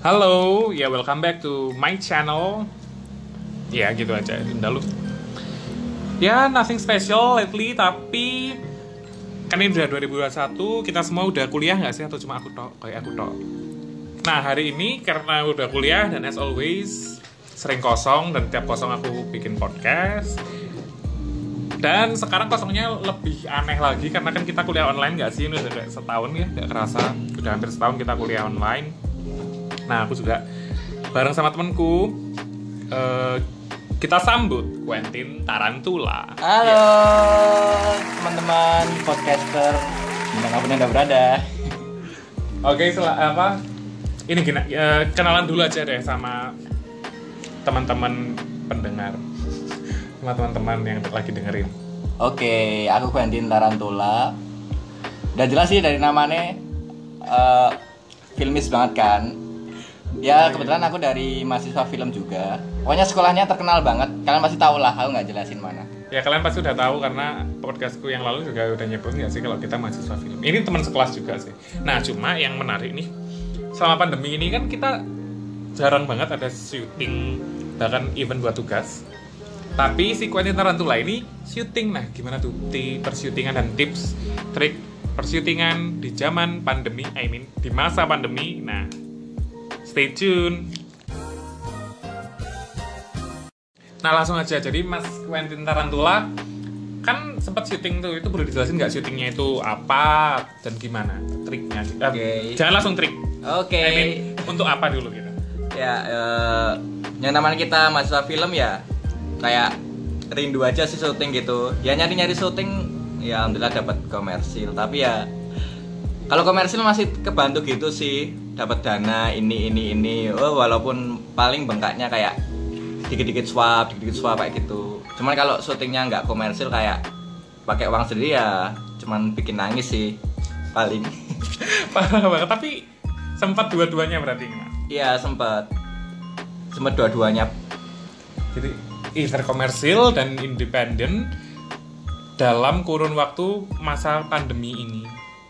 Halo, ya welcome back to my channel. Ya gitu aja, udah lu. Ya nothing special lately, tapi kan ini udah 2021, kita semua udah kuliah nggak sih? Atau cuma aku tok, kayak aku tok. Nah hari ini karena udah kuliah dan as always sering kosong, dan tiap kosong aku bikin podcast. Dan sekarang kosongnya lebih aneh lagi karena kan kita kuliah online nggak sih? Ini udah kayak setahun ya, nggak kerasa. Udah hampir setahun kita kuliah online. Nah aku juga bareng sama temenku, kita sambut Quentin Tarantula. Halo teman-teman podcaster dimanapun anda berada. Oke, ini gini, kenalan dulu aja deh sama teman-teman pendengar, sama teman-teman yang lagi dengerin. Oke, aku Quentin Tarantula. Udah jelas sih dari namanya, filmis banget kan. Ya kebetulan aku dari mahasiswa film juga. Pokoknya sekolahnya terkenal banget. Kalian pasti tahu lah, aku nggak jelasin mana. Ya kalian pasti udah tahu karena podcastku yang lalu juga udah nyebut nggak sih kalau kita mahasiswa film. Ini teman sekelas juga sih. Nah cuma yang menarik nih, selama pandemi ini kan kita jarang banget ada syuting, bahkan event buat tugas. Tapi si Quentin Tarantula ini syuting. Nah gimana tuh persyutingan dan tips trik persyutingan di zaman pandemi, di masa pandemi. Nah stay tune. Nah langsung aja, jadi Mas Quentin Tarantula kan sempat syuting tuh, itu boleh dijelasin nggak syutingnya itu apa dan gimana triknya? Jangan langsung trik. Oke. Untuk apa dulu gitu? Ya, yang namanya kita mahasiswa film ya, kayak rindu aja sih syuting gitu. Ya nyari-nyari syuting, ya alhamdulillah dapat komersil. Tapi ya kalau komersil masih kebantu gitu sih, dapat dana ini. Oh, walaupun paling bengkaknya kayak dikit-dikit swap kayak gitu. Cuman kalau syutingnya nggak komersil kayak pakai uang sendiri ya, cuman bikin nangis sih paling. Parah banget. Tapi sempat dua-duanya berarti gimana? Iya sempat dua-duanya. Jadi either komersil dan independen dalam kurun waktu masa pandemi ini.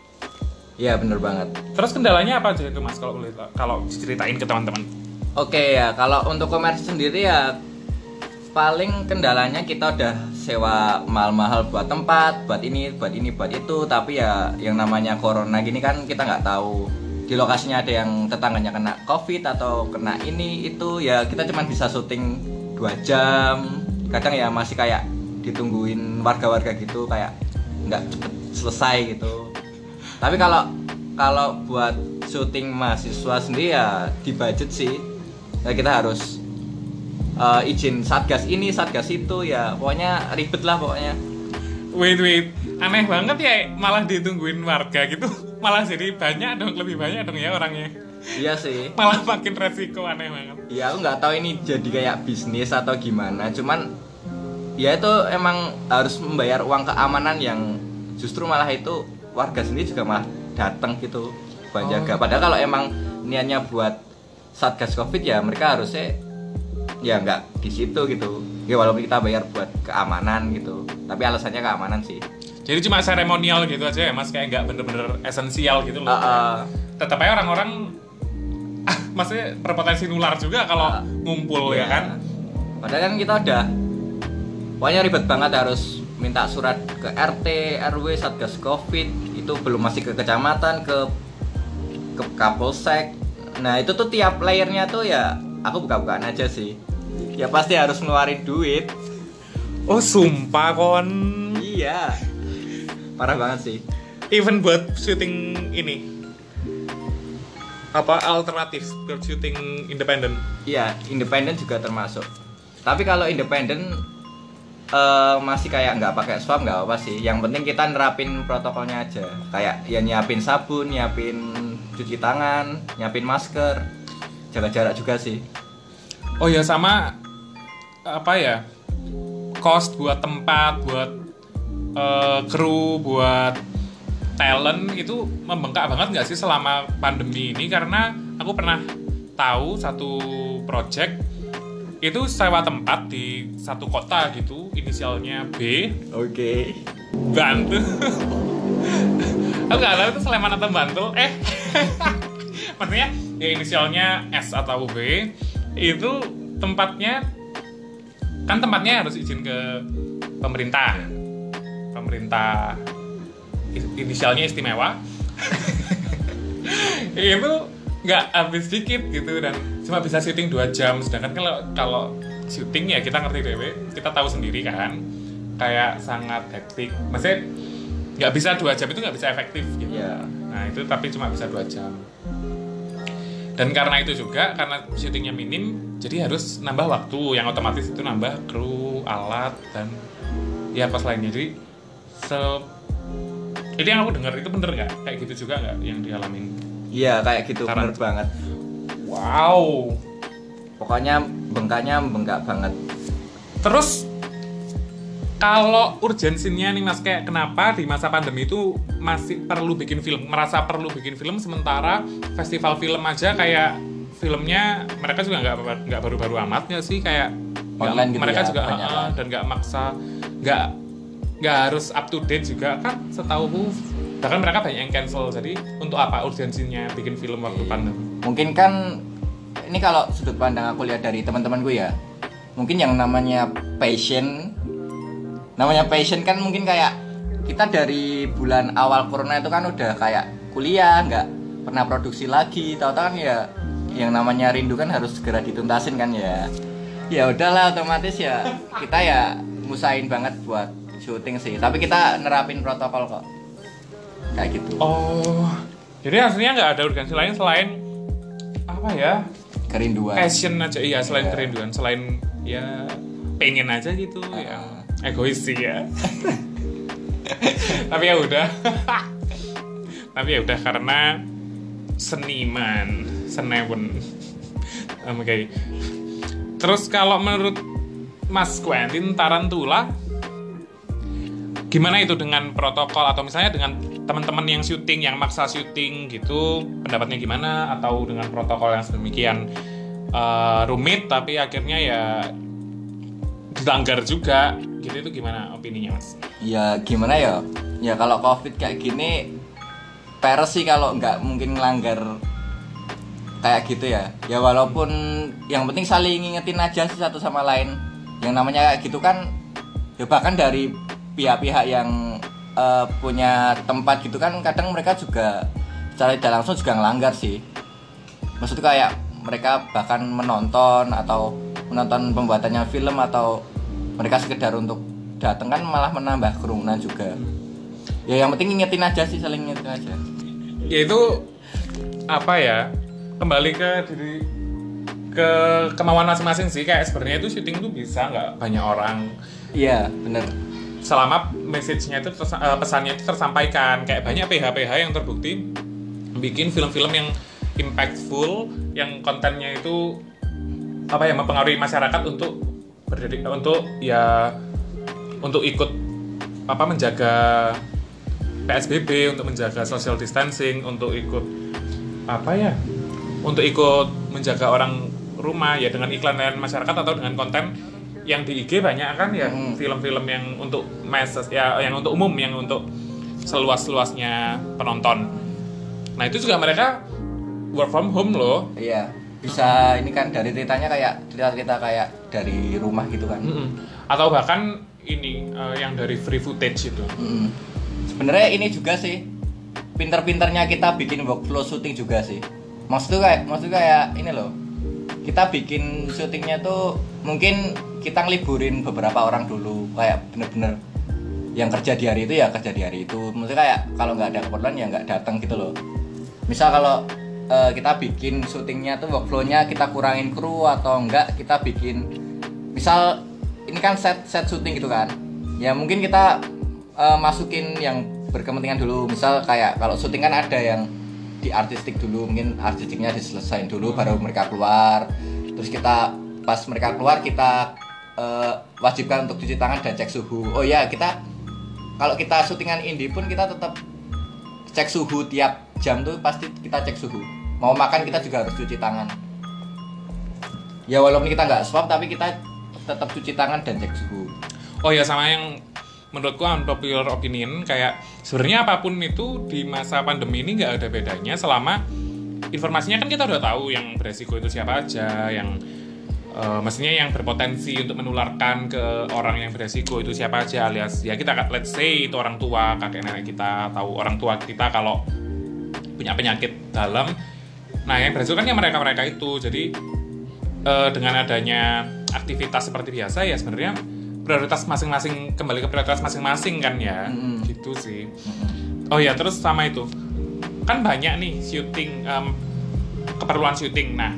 Iya bener banget. Terus kendalanya apa aja itu Mas kalau diceritain ke teman-teman? Oke ya, kalau untuk komersil sendiri ya paling kendalanya kita udah sewa mahal-mahal buat tempat, buat ini, buat itu. Tapi ya yang namanya corona gini kan kita nggak tahu di lokasinya ada yang tetangganya kena covid atau kena ini itu, ya kita cuma bisa syuting 2 jam. Kadang ya masih kayak ditungguin warga-warga gitu, kayak nggak cepet selesai gitu. Tapi kalau buat syuting mahasiswa sendiri ya di budget sih. Ya kita harus izin satgas ini, satgas itu, ya pokoknya ribet lah pokoknya. Wait, aneh banget ya, malah ditungguin warga gitu. Malah jadi lebih banyak dong ya orangnya. Iya sih. Malah makin resiko, aneh banget. Ya aku nggak tahu ini jadi kayak bisnis atau gimana. Cuman ya itu emang harus membayar uang keamanan yang justru malah itu warga sendiri juga malah datang gitu buat jaga. Padahal kalau emang niatnya buat satgas covid ya mereka harusnya ya nggak di situ gitu. Ya walaupun kita bayar buat keamanan gitu, tapi alasannya keamanan sih. Jadi cuma seremonial gitu aja ya Mas, kayak nggak bener-bener esensial gitu loh. Tetap aja orang-orang maksudnya berpotensi nular juga kalau ngumpul ya kan. Padahal kan kita udah pokoknya ribet banget, harus minta surat ke RT, RW, Satgas Covid, itu belum masih ke kecamatan, ke Kapolsek. Nah itu tuh tiap layernya tuh ya aku buka-bukaan aja sih. Ya pasti harus ngeluarin duit. Oh sumpah kon. Iya. Parah banget sih. Even buat syuting ini apa alternatif buat syuting independen? Iya, independen juga termasuk. Tapi kalau independen masih kayak nggak pakai swab nggak apa sih, yang penting kita nerapin protokolnya aja, kayak ya nyiapin sabun, nyiapin cuci tangan, nyiapin masker, jaga jarak juga sih. Oh ya, sama apa ya, cost buat tempat, buat kru, buat talent itu membengkak banget nggak sih selama pandemi ini? Karena aku pernah tahu satu project itu sewa tempat di satu kota gitu, inisialnya B. Oke. Bantul. Aku nggak tahu itu Sleman atau Bantul. Maksudnya ya inisialnya S atau B, itu tempatnya harus izin ke pemerintah inisialnya istimewa. Itu nggak habis dikit gitu, dan cuma bisa syuting 2 jam, sedangkan kalau syuting ya kita ngerti dewe, kita tahu sendiri kan, kayak sangat hektik, maksudnya nggak bisa 2 jam itu nggak bisa efektif gitu. Iya. Nah itu tapi cuma bisa 2 jam, dan karena itu juga karena syutingnya minim, jadi harus nambah waktu, yang otomatis itu nambah kru, alat, dan ya kos lainnya. Jadi itu yang aku dengar, itu bener nggak kayak gitu juga nggak yang dialamin? Iya kayak gitu, bener banget. Wow, Pokoknya bengkak banget. terus kalau urgensinya nih Mas, kayak kenapa di masa pandemi itu masih perlu bikin film, merasa perlu bikin film, sementara festival film aja kayak filmnya mereka juga nggak baru-baru amatnya sih, kayak Online gitu mereka ya, juga banyak kan. dan nggak maksa, nggak harus up to date juga kan, setahuku bahkan mereka banyak yang cancel. Jadi untuk apa urgensinya bikin film waktu pandemi? Mungkin kan ini kalau sudut pandang aku lihat dari teman-temanku ya, mungkin yang namanya passion kan mungkin kayak kita dari bulan awal corona itu kan udah kayak kuliah, nggak pernah produksi lagi, tahu-tahu kan ya yang namanya rindu kan harus segera dituntasin kan ya. Ya udahlah, otomatis ya kita ya ngusahain banget buat syuting sih, tapi kita nerapin protokol kok kayak gitu. Oh, jadi aslinya nggak ada urgensi lain selain apa ya? Kerinduan. Passion aja, iya, selain kerinduan, selain ya pengen aja gitu, yang egois sih ya. Tapi ya udah, karena seniman, senewen. Oke. Terus kalau menurut Mas Quentin Tarantula, gimana itu dengan protokol, atau misalnya dengan teman-teman yang syuting, yang maksa syuting gitu, pendapatnya gimana? Atau dengan protokol yang sedemikian rumit tapi akhirnya ya dilanggar juga gitu, itu gimana opininya Mas? Ya gimana ya? Ya kalau COVID kayak gini, peres sih kalau nggak mungkin ngelanggar kayak gitu ya. Ya walaupun yang penting saling ngingetin aja sih satu sama lain. Yang namanya kayak gitu kan, ya bahkan dari pihak-pihak yang punya tempat gitu kan, kadang mereka juga secara tidak langsung juga ngelanggar sih. Maksudnya kayak mereka bahkan menonton pembuatannya film, atau mereka sekedar untuk datang kan malah menambah kerumunan juga. Ya yang penting ngingetin aja sih, saling ngingetin aja. Ya itu apa ya, kembali ke kemauan masing-masing sih. Kayak sebenarnya itu syuting tuh bisa nggak banyak orang. Iya bener. Selama message-nya itu pesannya itu tersampaikan. Kayak banyak PH yang terbukti bikin film-film yang impactful, yang kontennya itu apa ya, mempengaruhi masyarakat untuk ikut apa, menjaga PSBB, untuk menjaga social distancing, untuk ikut menjaga orang rumah ya, dengan iklan dan masyarakat atau dengan konten yang di IG banyak kan ya, film-film yang untuk masses ya, yang untuk umum, yang untuk seluas-luasnya penonton. Nah itu juga mereka work from home loh. Iya, bisa ini kan dari ceritanya kayak cerita kayak dari rumah gitu kan. Atau bahkan ini yang dari free footage itu. Sebenarnya ini juga sih pinter-pinternya kita bikin workflow syuting juga sih. Maksudnya kayak ini loh. Kita bikin syutingnya tuh mungkin kita ngeliburin beberapa orang dulu, kayak bener-bener yang kerja di hari itu ya kerja di hari itu. Maksudnya kayak kalau nggak ada keperluan ya nggak datang gitu loh. Misal kalau kita bikin syutingnya tuh workflow-nya kita kurangin kru, atau enggak kita bikin misal ini kan set syuting gitu kan ya, mungkin kita masukin yang berkepentingan dulu. Misal kayak kalau syuting kan ada yang di artistik dulu, mungkin artistiknya diselesain dulu baru mereka keluar. Terus kita pas mereka keluar kita wajibkan untuk cuci tangan dan cek suhu. Oh ya, kita kalau kita syutingan indie pun kita tetap cek suhu tiap jam tuh, pasti kita cek suhu. Mau makan kita juga harus cuci tangan. Ya walaupun kita nggak swab tapi kita tetap cuci tangan dan cek suhu. Oh ya, sama yang menurutku unpopular opinion, kayak sebenarnya apapun itu di masa pandemi ini nggak ada bedanya selama informasinya kan kita udah tahu yang beresiko itu siapa aja, yang maksudnya yang berpotensi untuk menularkan ke orang yang beresiko itu siapa aja, alias ya kita let's say itu orang tua, kakek nenek kita, tahu orang tua kita kalau punya penyakit dalam. Nah yang beresiko kan yang mereka itu. Jadi dengan adanya aktivitas seperti biasa ya sebenarnya prioritas masing-masing, kembali ke prioritas masing-masing kan ya. Gitu sih. Oh ya, terus sama itu kan banyak nih syuting, keperluan syuting. Nah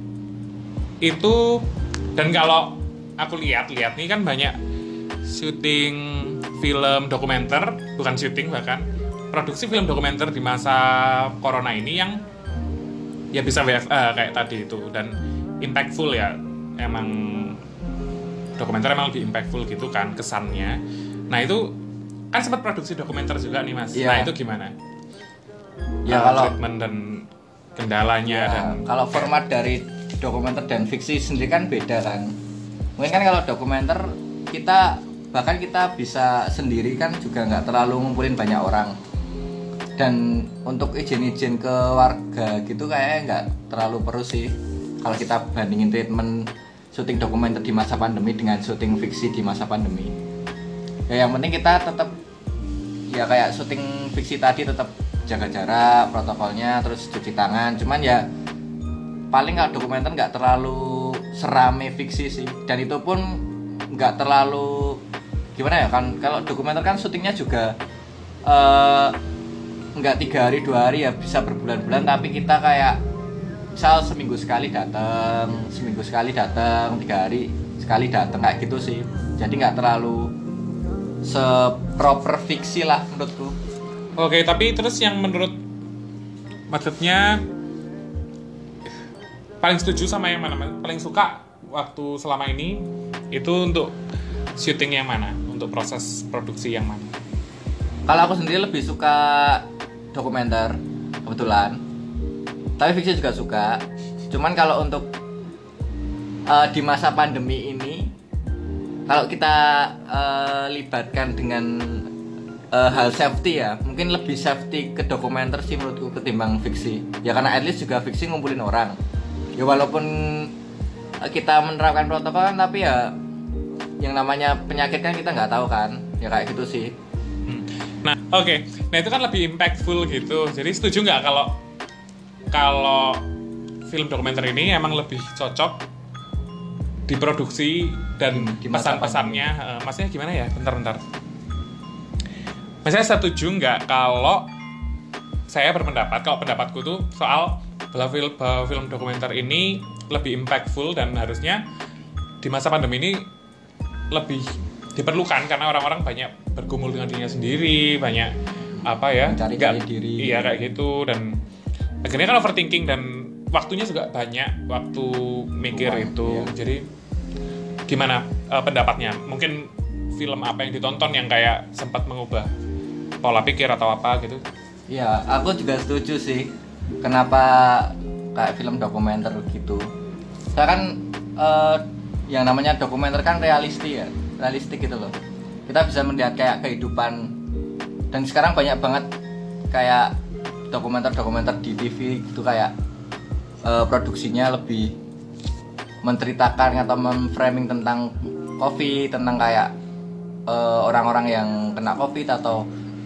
itu, dan kalau aku lihat nih kan banyak syuting film dokumenter, bukan syuting, bahkan produksi film dokumenter di masa corona ini yang ya bisa WFA kayak tadi itu, dan impactful ya, emang dokumenter emang lebih impactful gitu kan kesannya. Nah itu kan sempat produksi dokumenter juga nih Mas. Nah itu gimana? Ya kalau treatment dan kendalanya ya, dan kalau format dari dokumenter dan fiksi sendiri kan beda kan. Mungkin kan kalau dokumenter kita bisa sendiri kan juga nggak terlalu ngumpulin banyak orang. Dan untuk izin ke warga gitu kayaknya nggak terlalu perlu sih. Kalau kita bandingin treatment syuting dokumenter di masa pandemi dengan syuting fiksi di masa pandemi. Ya yang penting kita tetap ya kayak syuting fiksi tadi tetap jaga jarak, protokolnya, terus cuci tangan. Cuman ya paling kalau dokumenter nggak terlalu serame fiksi sih, dan itu pun nggak terlalu gimana ya kan. Kalau dokumenter kan syutingnya juga nggak 3 hari 2 hari ya, bisa berbulan-bulan, tapi kita kayak misal seminggu sekali datang, 3 hari sekali datang kayak gitu sih. Jadi nggak terlalu seproper fiksi lah menurutku. Oke, tapi terus yang menurut maksudnya paling setuju sama yang mana? Paling suka waktu selama ini itu untuk syuting yang mana? Untuk proses produksi yang mana? Kalau aku sendiri lebih suka dokumenter kebetulan. Tapi fiksi juga suka. Cuman kalau untuk di masa pandemi ini, kalau kita libatkan dengan hal safety ya, mungkin lebih safety ke dokumenter sih menurutku ketimbang fiksi. Ya karena at least juga fiksi ngumpulin orang. Ya walaupun kita menerapkan protokol kan, tapi ya yang namanya penyakit kan kita nggak tahu kan. Ya kayak gitu sih. Nah, oke. Nah, itu kan lebih impactful gitu. Jadi setuju nggak kalau film dokumenter ini emang lebih cocok diproduksi dan pesan-pesannya, maksudnya gimana ya? Bentar. Maksudnya setuju nggak kalau saya berpendapat, kalau pendapatku tuh soal bahwa film dokumenter ini lebih impactful dan harusnya di masa pandemi ini lebih diperlukan karena orang-orang banyak bergumul dengan dirinya sendiri, banyak mencari diri. Iya kayak gitu, dan akhirnya kan overthinking dan waktunya juga banyak waktu mikir itu. Iya. Jadi gimana pendapatnya? Mungkin film apa yang ditonton yang kayak sempat mengubah pola pikir atau apa gitu? Iya, aku juga setuju sih. Kenapa kayak film dokumenter gitu? Saya kan yang namanya dokumenter kan realistik gitu loh. Kita bisa melihat kayak kehidupan, dan sekarang banyak banget kayak dokumenter di TV gitu, kayak produksinya lebih menceritakan atau memframing tentang COVID, tentang kayak orang-orang yang kena COVID atau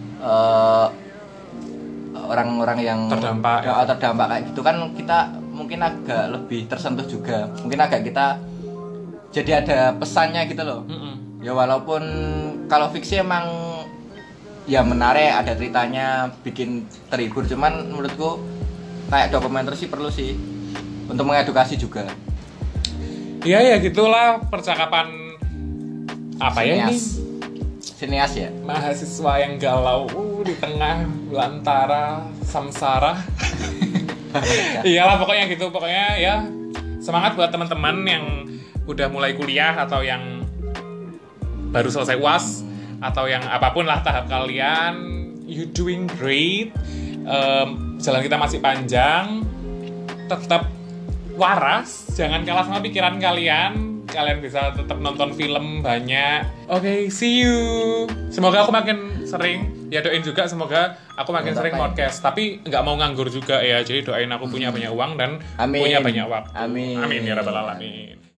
orang-orang yang terdampak kayak gitu kan. Kita mungkin agak lebih tersentuh juga, mungkin agak kita jadi ada pesannya gitu loh. Ya walaupun kalau fiksi emang ya menarik, ada ceritanya, bikin terhibur, cuman menurutku kayak dokumenter sih perlu sih untuk mengedukasi juga. Iya ya gitulah percakapan apa ya ini? Sineas ya? Mahasiswa yang galau di tengah belantara samsara. Iyalah pokoknya gitu, pokoknya ya semangat buat teman-teman yang udah mulai kuliah atau yang baru selesai UAS atau yang apapun lah tahap kalian. You doing great. Jalan kita masih panjang. Tetap waras, jangan kalah sama pikiran kalian. Kalian bisa tetap nonton film banyak. Oke, see you. Semoga aku makin sering Ya doain juga semoga aku makin Buat sering apa ya? podcast. Tapi nggak mau nganggur juga ya. Jadi doain aku punya banyak uang dan Amin. punya banyak waktu. Amin. Amin ya rabbal alamin.